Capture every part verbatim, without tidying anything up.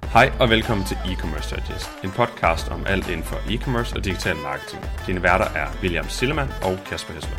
Hej og velkommen til E-Commerce Digest, en podcast om alt inden for e-commerce og digital marketing. Dine værter er William Sillemann og Kasper Hesler.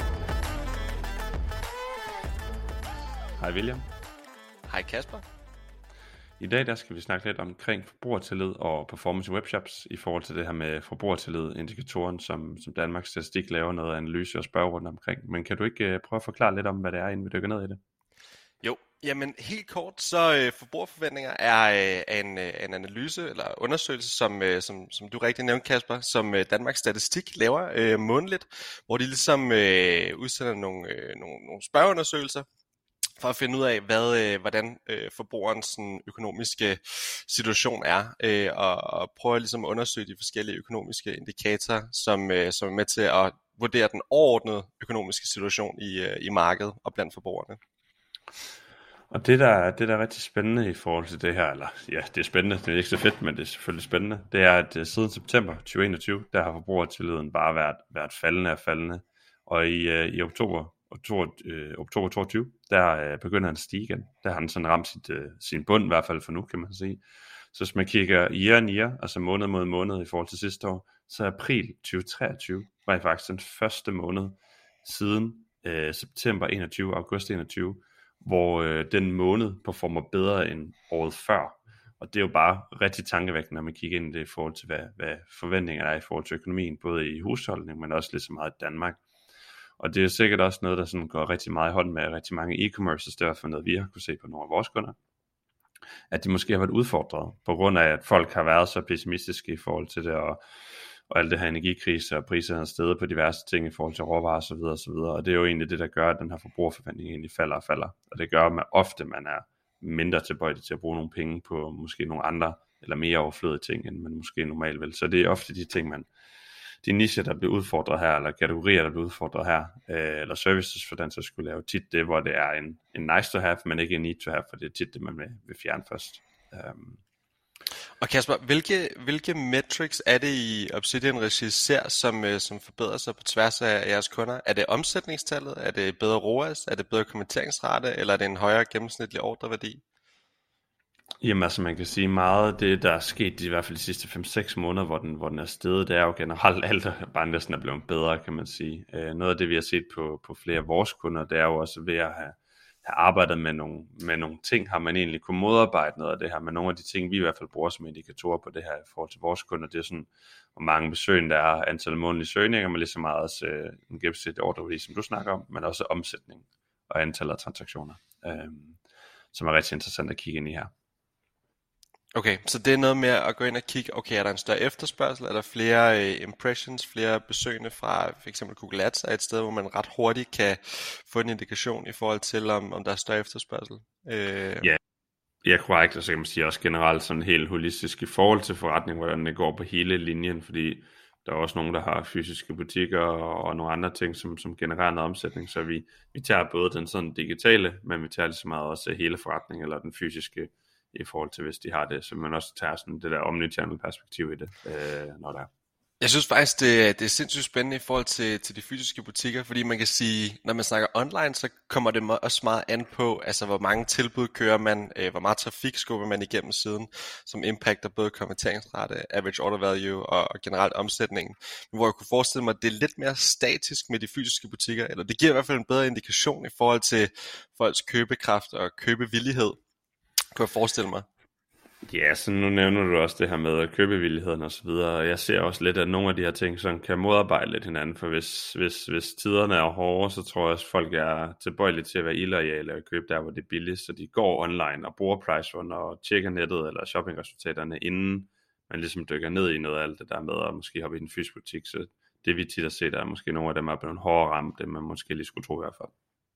Hej William. Hej Kasper. I dag der skal vi snakke lidt omkring forbrugertillid og performance i webshops i forhold til det her med forbrugertillid-indikatoren, som, som Danmarks Statistik laver noget analyse og spørger rundt omkring. Men kan du ikke uh, prøve at forklare lidt om, hvad det er, inden vi dykker ned i det? Jo, jamen helt kort, så øh, forbrugerforventninger er øh, en, øh, en analyse eller undersøgelse, som, øh, som, som du rigtig nævnte, Kasper, som øh, Danmarks Statistik laver øh, månedligt, hvor de ligesom øh, udsender nogle, øh, nogle, nogle spørgeundersøgelser for at finde ud af, hvad, øh, hvordan øh, forbrugerens sådan, økonomiske situation er, øh, og, og prøve ligesom at undersøge de forskellige økonomiske indikatorer, som, øh, som er med til at vurdere den overordnede økonomiske situation i, øh, i markedet og blandt forbrugerne. Og det der, det der er rigtig spændende i forhold til det her, eller ja, det er spændende, det er ikke så fedt, men det er selvfølgelig spændende, det er, at siden september tyve enogtyve, der har forbrugertilliden bare været, været faldende og faldende, og i, i oktober, oktober, øh, oktober toogtyve, der øh, begynder den at stige igen. Der har den sådan ramt sit, øh, sin bund, i hvert fald for nu, kan man sige. Så hvis man kigger year on year, altså måned mod måned i forhold til sidste år, så april tyve treogtyve var faktisk den første måned siden øh, september enogtyve, august enogtyve, hvor øh, den måned performer bedre end året før. Og det er jo bare rigtig tankevækkende, når man kigger ind i det i forhold til, hvad, hvad forventningerne er i forhold til økonomien, både i husholdning, men også lidt så meget i Danmark. Og det er sikkert også noget, der sådan går rigtig meget i hånd med rigtig mange e-commerces, det er i hvert fald noget, vi har kunne se på nogle af vores kunder, at de måske har været udfordret, på grund af, at folk har været så pessimistiske i forhold til det, og og alt det her energikrise og priser har steget på diverse ting i forhold til råvarer og så videre og så videre. Og det er jo egentlig det, der gør, at den her forbrugerforventning egentlig falder og falder. Og det gør, at man ofte man er mindre tilbøjelig til at bruge nogle penge på måske nogle andre eller mere overflødige ting, end man måske normalt vil. Så det er ofte de ting, man, de nicher, der bliver udfordret her, eller kategorier, der bliver udfordret her, øh, eller services for den, så skulle lave tit det, hvor det er en, en nice to have, men ikke en need to have, for det er tit det, man vil, vil fjerne først. Um, Og Kasper, hvilke, hvilke metrics er det i Obsidian Regi ser, som, øh, som forbedrer sig på tværs af jeres kunder? Er det omsætningstallet? Er det bedre R O A S? Er det bedre kommenteringsrate? Eller er det en højere gennemsnitlig ordreværdi? Jamen altså man kan sige meget, det der er sket i hvert fald de sidste fem seks måneder, hvor den, hvor den er steget, det er jo generelt alt, der bare næsten er blevet bedre, kan man sige. Øh, noget af det vi har set på, på flere af vores kunder, det er jo også ved at have har arbejdet med nogle, med nogle ting, har man egentlig kunne modarbejde noget af det her, men nogle af de ting, vi i hvert fald bruger som indikatorer på det her i forhold til vores kunder, det er sådan, hvor mange besøgende der er, antal månedlige søgninger, men lige så meget også øh, en gennemsnitlig ordreværdi, som du snakker om, men også omsætning og antal af transaktioner, øh, som er rigtig interessant at kigge ind i her. Okay, så det er noget med at gå ind og kigge, okay, er der en større efterspørgsel, er der flere øh, impressions, flere besøgende fra for eksempel Google Ads, er et sted, hvor man ret hurtigt kan få en indikation i forhold til, om, om der er større efterspørgsel? Øh... Ja, ja, korrekt, og så kan man sige også generelt sådan helt holistisk i forhold til forretning, hvordan det går på hele linjen, fordi der er også nogen, der har fysiske butikker og, og nogle andre ting, som, som genererer noget omsætning, så vi, vi tager både den sådan digitale, men vi tager lige så meget også hele forretningen, eller den fysiske, i forhold til hvis de har det, så man også tager sådan det der omnichannel perspektiv i det, øh, når der er. Jeg synes faktisk, det, det er sindssygt spændende i forhold til, til de fysiske butikker, fordi man kan sige, når man snakker online, så kommer det også meget an på, altså hvor mange tilbud kører man, øh, hvor meget trafik skubber man igennem siden, som impacter både konverteringsrate, average order value og, og generelt omsætningen. Men hvor jeg kunne forestille mig, at det er lidt mere statisk med de fysiske butikker, eller det giver i hvert fald en bedre indikation i forhold til folks købekraft og købevillighed, kunne jeg forestille mig. Ja, så nu nævner du også det her med købevilligheden og så videre, og jeg ser også lidt, at nogle af de her ting sådan kan modarbejde lidt hinanden, for hvis, hvis, hvis tiderne er hårde, så tror jeg også, at folk er tilbøjelige til at være illoyale og købe der, hvor det er billigst, så de går online og bruger PriceRunner og tjekker nettet eller shoppingresultaterne, inden man ligesom dykker ned i noget af alt det der med at måske hoppe i den fysiske butik, så det vi tit har set, er måske nogle af dem er blevet hårdere ramt, end man måske lige skulle tro i hvert fald.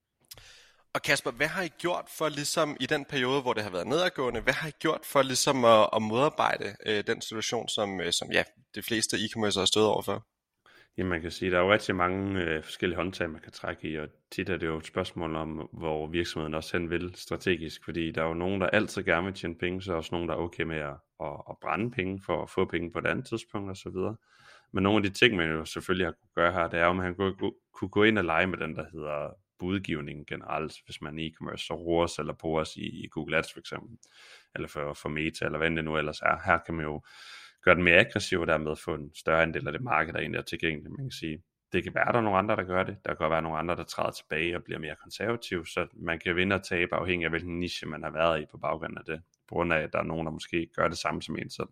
Og Kasper, hvad har I gjort for ligesom i den periode, hvor det har været nedadgående, hvad har I gjort for ligesom at, at modarbejde øh, den situation, som, øh, som ja, de fleste e-commerce har stået overfor? Jamen man kan sige, der er jo rigtig mange øh, forskellige håndtag, man kan trække i, og tit er det jo et spørgsmål om, hvor virksomheden også hen vil strategisk, fordi der er jo nogen, der altid gerne vil tjene penge, så er også nogen, der er okay med at, at, at brænde penge for at få penge på et andet tidspunkt og så videre. Men nogle af de ting, man jo selvfølgelig har kunne gøre her, det er, om man kunne, kunne gå ind og lege med den, der hedder budgivningen generelt, hvis man er e-commerce, så R O A S eller P O A S i, i Google Ads for eksempel, eller for, for Meta, eller hvad det nu ellers er. Her kan man jo gøre den mere aggressiv, og dermed få en større andel af det marked, der egentlig er tilgængeligt. Man kan sige, det kan være, der er nogle andre, der gør det. Der kan være nogle andre, der træder tilbage og bliver mere konservativ, så man kan vinde og tabe afhængig af, hvilken niche man har været i på baggrund af det, på grund af, at der er nogen, der måske gør det samme som en selv.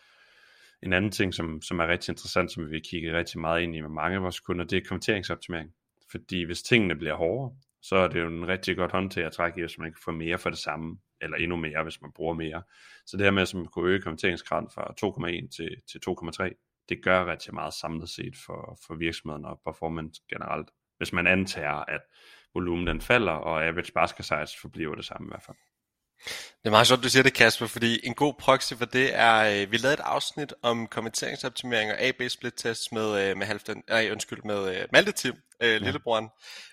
En anden ting, som, som er rigtig interessant, som vi kigger rigtig meget ind i med mange af vores kunder, det er konverteringsoptimering. Fordi hvis tingene bliver hårdere, så er det jo en rigtig godt håndtag at trække i, hvis man ikke får mere for det samme, eller endnu mere, hvis man bruger mere. Så det her med, at man kunne øge konverteringsgraden fra to komma en til, til to komma tre, det gør rigtig meget samlet set for, for virksomheden og performance generelt. Hvis man antager, at volumen den falder, og average basket size forbliver det samme i hvert fald. Det er meget sjovt, du siger det, Kasper, fordi en god proxy for det er, vi lavede et afsnit om konverteringsoptimering og A B split tests med, med Halfdan, nej, undskyld, med Malte Tim, ja. Lillebroren.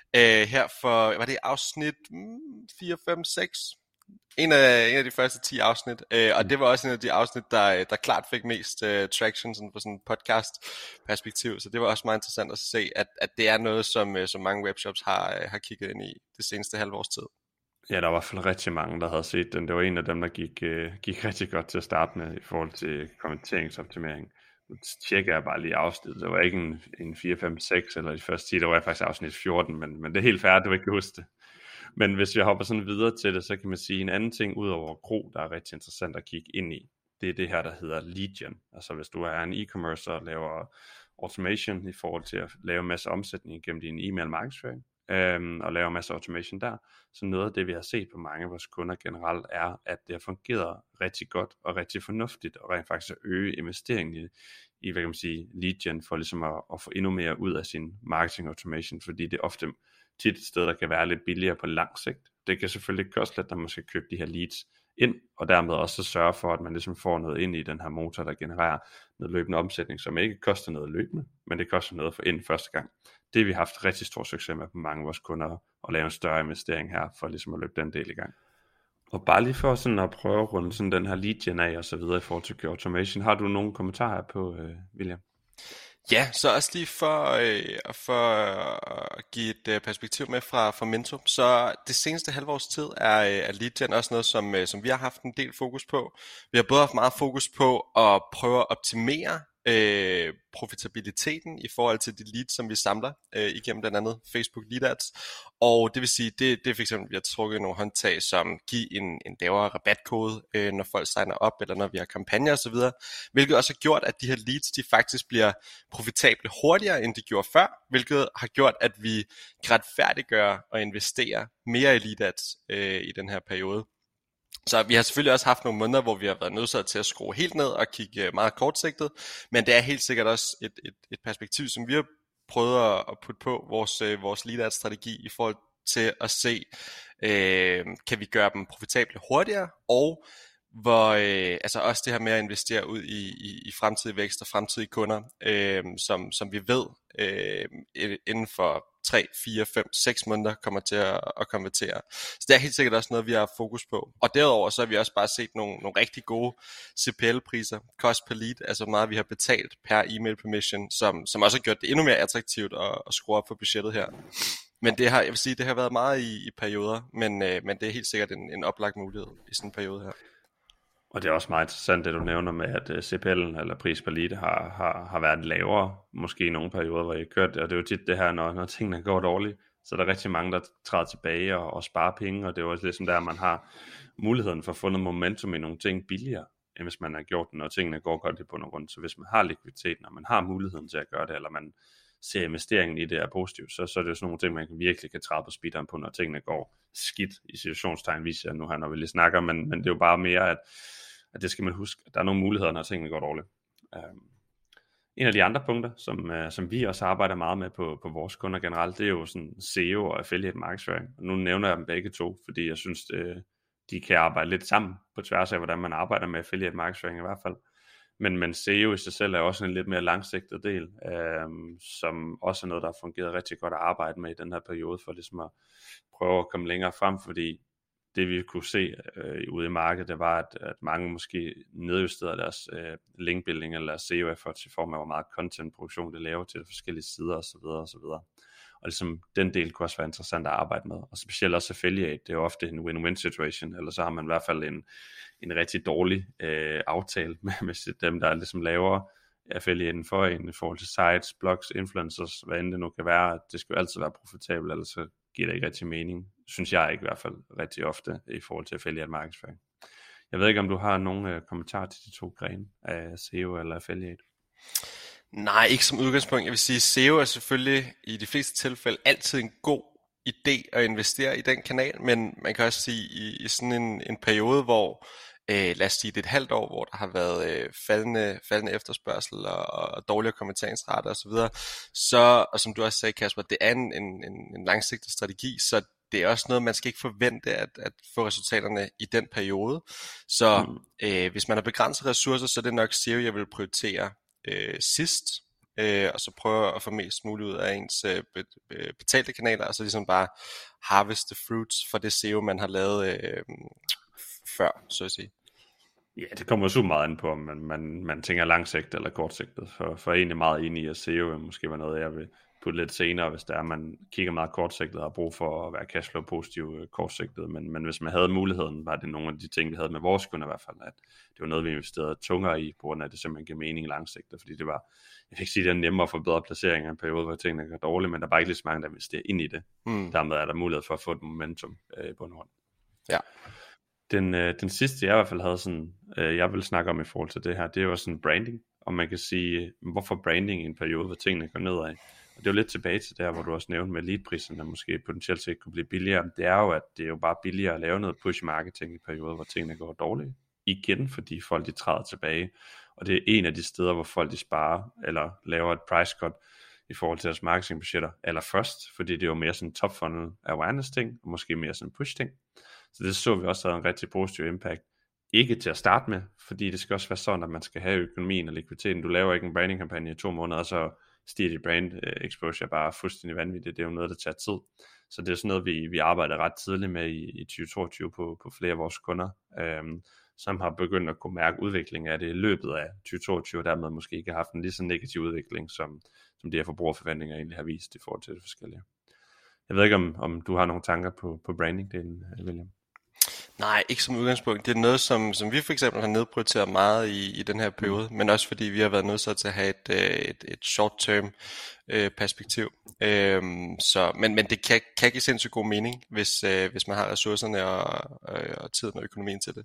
Her for, var det afsnit fire, fem, seks? En af, en af de første ti afsnit, øh, og det var også en af de afsnit, der, der klart fik mest uh, traction sådan på sådan en podcast perspektiv, så det var også meget interessant at se, at, at det er noget, som, som mange webshops har, har kigget ind i det seneste halve års tid. Ja, der var i hvert fald rigtig mange, der havde set den. Det var en af dem, der gik, uh, gik rigtig godt til at starte med i forhold til konverteringsoptimering. Nu tjekker jeg bare lige afsnittet. Det var ikke en, en fire, fem, seks eller de første ti, der var faktisk afsnit fjorten, men, men det er helt færdigt, du ikke kan huske det. Men hvis vi hopper sådan videre til det, så kan man sige en anden ting ud over Gro, der er rigtig interessant at kigge ind i. Det er det her, der hedder lead gen. Altså hvis du er en e-commerce og laver automation i forhold til at lave en masse omsætning gennem din e-mail markedsføring, øhm, og lave en masse automation der, så noget af det, vi har set på mange af vores kunder generelt, er, at det har fungeret rigtig godt og rigtig fornuftigt, og rent faktisk at øge investeringen i, i hvad kan man sige, lead gen, for ligesom at, at få endnu mere ud af sin marketing automation, fordi det er ofte tit et sted, der kan være lidt billigere på lang sigt. Det kan selvfølgelig koste lidt, når man skal købe de her leads ind, og dermed også sørge for, at man ligesom får noget ind i den her motor, der genererer noget løbende omsætning, som ikke koster noget løbende, men det koster noget for ind første gang. Det har vi haft rigtig stor succes med på mange af vores kunder, at lave en større investering her, for ligesom at løbe den del i gang. Og bare lige for sådan at prøve at runde sådan den her lead gen af og så videre i forhold til automation, har du nogle kommentarer på, øh, William? Ja, så også lige for, øh, for at give et øh, perspektiv med fra, fra Minto. Så det seneste halve års tid er, er lead gen også noget, som, øh, som vi har haft en del fokus på. Vi har både haft meget fokus på at prøve at optimere øh, profitabiliteten i forhold til de leads, som vi samler øh, igennem blandt andet Facebook Lead Ads. Og det vil sige, det, det er for eksempel, vi har trukket nogle håndtag, som giver en, en lavere rabatkode, øh, når folk signer op, eller når vi har kampagner osv., hvilket også har gjort, at de her leads, de faktisk bliver profitable hurtigere, end de gjorde før, hvilket har gjort, at vi kan retfærdiggøre og investere mere i Lead Ads øh, i den her periode. Så vi har selvfølgelig også haft nogle måneder, hvor vi har været nødsaget til at skrue helt ned og kigge meget kortsigtet, men det er helt sikkert også et, et, et perspektiv, som vi har prøvet at putte på vores, vores lead ad strategi i forhold til at se, øh, kan vi gøre dem profitable hurtigere, og hvor øh, altså også det her med at investere ud i, i, i fremtidig vækst og fremtidige kunder, øh, som, som vi ved øh, inden for tre, fire, fem, seks måneder kommer til at, at konvertere. Så det er helt sikkert også noget, vi har fokus på. Og derudover så har vi også bare set nogle, nogle rigtig gode C P L-priser, cost per lead, altså hvor meget vi har betalt per e-mail permission, som, som også har gjort det endnu mere attraktivt at, at skrue op for budgettet her. Men det har, jeg vil sige, det har været meget i, i perioder, men, øh, men det er helt sikkert en, en oplagt mulighed i sådan en periode her. Og det er også meget interessant, det du nævner med, at C P L'en, eller pris per lead, har, har, har været lavere, måske i nogle perioder, hvor I har kørt det. Og det er jo tit det her, når, når tingene går dårligt, så der er rigtig mange, der træder tilbage og, og sparer penge, og det er jo også ligesom der, man har muligheden for at få noget momentum i nogle ting billigere, end hvis man har gjort det, når tingene går godt i bund og grund. Så hvis man har likviditeten, og man har muligheden til at gøre det, eller man ser investeringen i det er positivt, så, så er det jo sådan nogle ting, man virkelig kan træde på speederen på, når tingene går skidt, i situationstegn, viser jeg nu her, når vi lige snakker, men, men det er jo bare mere, at, at det skal man huske, at der er nogle muligheder, når tingene går dårligt. Um, en af de andre punkter, som, uh, som vi også arbejder meget med på, på vores kunder generelt, det er jo sådan S E O og affiliate markedsføring. Og nu nævner jeg dem begge to, fordi jeg synes, det, de kan arbejde lidt sammen på tværs af, hvordan man arbejder med affiliate markedsføring i hvert fald. Men, men S E O i sig selv er også en lidt mere langsigtet del, øhm, som også er noget, der har fungeret rigtig godt at arbejde med i den her periode, for ligesom at prøve at komme længere frem, fordi det vi kunne se øh, ude i markedet, det var, at, at mange måske nedjusterede deres øh, linkbuilding eller deres S E O efforts i form af, hvor meget contentproduktion det laver til de forskellige sider osv. osv. og ligesom, den del kunne også være interessant at arbejde med, og specielt også affiliate, det er jo ofte en win-win situation, eller så har man i hvert fald en, en rigtig dårlig øh, aftale med, med dem, der ligesom laver affiliaten for en, i forhold til sites, blogs, influencers, hvad end det nu kan være. Det skal jo altid være profitabelt, ellers så giver det ikke rigtig mening, synes jeg ikke i hvert fald rigtig ofte, i forhold til affiliate markedsføring. Jeg ved ikke, om du har nogle øh, kommentarer til de to grene af S E O eller affiliate? Nej, ikke som udgangspunkt. Jeg vil sige, S E O er selvfølgelig i de fleste tilfælde altid en god idé at investere i den kanal, men man kan også sige, i, i sådan en, en periode, hvor øh, lad os sige, det er et halvt år, hvor der har været øh, faldende, faldende efterspørgsel og, og dårligere konverteringsrater osv., så, så, og som du også sagde, Kasper, det er en, en, en langsigtet strategi, så det er også noget, man skal ikke forvente at, at få resultaterne i den periode. Så mm. øh, hvis man har begrænset ressourcer, så er det nok S E O, jeg vil prioritere øh, sidst, øh, og så prøve at få mest muligt ud af ens øh, betalte kanaler, og så ligesom bare harvest the fruits for det S E O, man har lavet øh, før, så at sige. Ja, det kommer super meget an på, om man, man, man tænker langsigtet eller kortsigtet. For, for egentlig meget enig i, at S E O måske var noget, jeg vil putte lidt senere, hvis der er, man kigger meget kortsigtet og har brug for at være cashflow positiv kortsigtet. Men, men hvis man havde muligheden, var det nogle af de ting, vi havde med vores kunder i hvert fald, at det var noget, vi investerede tungere i, på grund af, at det simpelthen giver mening langsigtet. Fordi det var, jeg kan ikke sige, at det er nemmere at få bedre placeringer i en periode, hvor tingene går dårligt, men der er bare ikke lige så mange, der investerer ind i det. Mm. Dermed er der mulighed for at få et momentum øh, på en hånd. Ja. Den, øh, den sidste, jeg i hvert fald havde sådan, øh, jeg vil snakke om i forhold til det her, det er jo sådan branding. Og man kan sige, hvorfor branding i en periode, hvor tingene går nedad. Og det er jo lidt tilbage til der, hvor du også nævnte med leadpriserne, der måske potentielt set kunne blive billigere. Det er jo, at det er jo bare billigere at lave noget push marketing i perioder, hvor tingene går dårligt. Igen, fordi folk de træder tilbage. Og det er en af de steder, hvor folk de sparer, eller laver et price cut i forhold til deres marketingbudgetter allerførst, fordi det er jo mere sådan top funnel awareness ting, og måske mere sådan push ting. Så det så vi også havde en rigtig positiv impact. Ikke til at starte med, fordi det skal også være sådan, at man skal have økonomien og likviditeten. Du laver ikke en branding kampagne i to måneder, og så stiger dit brand exposure bare fuldstændig vanvittigt. Det er jo noget, der tager tid. Så det er sådan noget, vi, vi arbejder ret tidligt med i, i tyve toogtyve på, på flere af vores kunder, øhm, som har begyndt at kunne mærke udviklingen af det i løbet af tyve toogtyve, og dermed måske ikke har haft en lige så negativ udvikling, som, som de her forbrugerforventninger egentlig har vist i forhold til det forskellige. Jeg ved ikke, om, om du har nogle tanker på, på branding-delen, William? Nej, ikke som udgangspunkt. Det er noget, som, som vi for eksempel har nedprioriteret meget i, i den her periode, mm. men også fordi vi har været nødt til at have et, et, et short-term øh, perspektiv. Øhm, så, men, men det kan, kan give sindssygt god mening, hvis, øh, hvis man har ressourcerne og, og, og tiden og økonomien til det.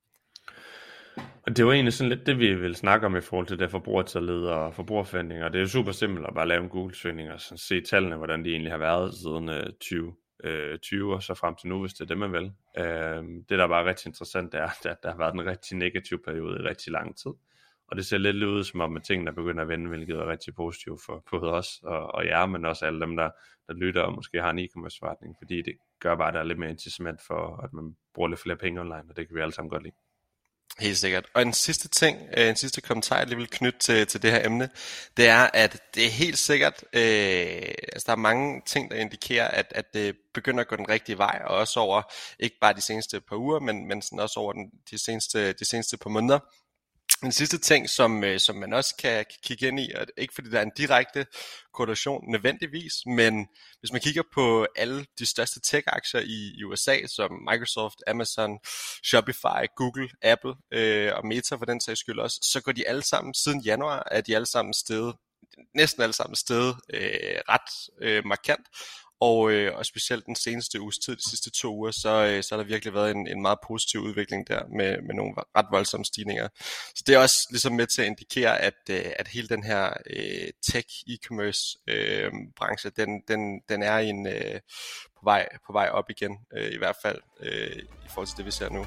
Og det var egentlig sådan lidt det, vi vil snakke om i forhold til det forbrugertallet og forbrugerforventninger. Det er jo super simpelt at bare lave en Google-søgning og se tallene, hvordan de egentlig har været siden øh, tyve tyve og så frem til nu, hvis det er det, man vil. Øh, det, der er bare rigtig interessant, det er, at der har været en rigtig negativ periode i rigtig lang tid. Og det ser lidt ud som om, at tingene begynder at vende, hvilket er rigtig positivt for både os og, og jer, men også alle dem, der, der lytter og måske har en e-commerce forretning, fordi det gør bare, at der er lidt mere incitament for, at man bruger lidt flere penge online, og det kan vi alle sammen godt lide. Helt sikkert. Og en sidste ting, en sidste kommentar, jeg lige vil knytte til, til det her emne, det er, at det er helt sikkert, øh, altså der er mange ting, der indikerer, at, at det begynder at gå den rigtige vej, og også over, ikke bare de seneste par uger, men, men sådan også over den, de, seneste, de seneste par måneder. En sidste ting, som, som man også kan, kan kigge ind i, og ikke fordi der er en direkte korrelation nødvendigvis, men hvis man kigger på alle de største tech-aktier i, i U S A, som Microsoft, Amazon, Shopify, Google, Apple øh, og Meta for den sags skyld også, så går de alle sammen, siden januar, er de alle sammen steget, næsten alle sammen steget øh, ret øh, markant. Og, øh, og specielt den seneste uges tid, de sidste to uger, så, øh, så har der virkelig været en, en meget positiv udvikling der med, med nogle ret voldsomme stigninger. Så det er også ligesom med til at indikere, at, øh, at hele den her øh, tech e-commerce øh, branche, den, den, den er i en, øh, på, vej, på vej op igen, øh, i hvert fald øh, i forhold til det, vi ser nu.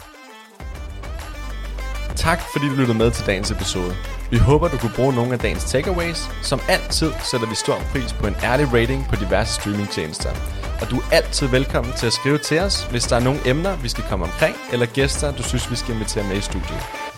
Tak fordi du lyttede med til dagens episode. Vi håber du kunne bruge nogle af dagens takeaways. Som altid sætter vi stor pris på en ærlig rating på diverse streamingtjenester. Og du er altid velkommen til at skrive til os, hvis der er nogle emner vi skal komme omkring, eller gæster du synes vi skal invitere med i studiet.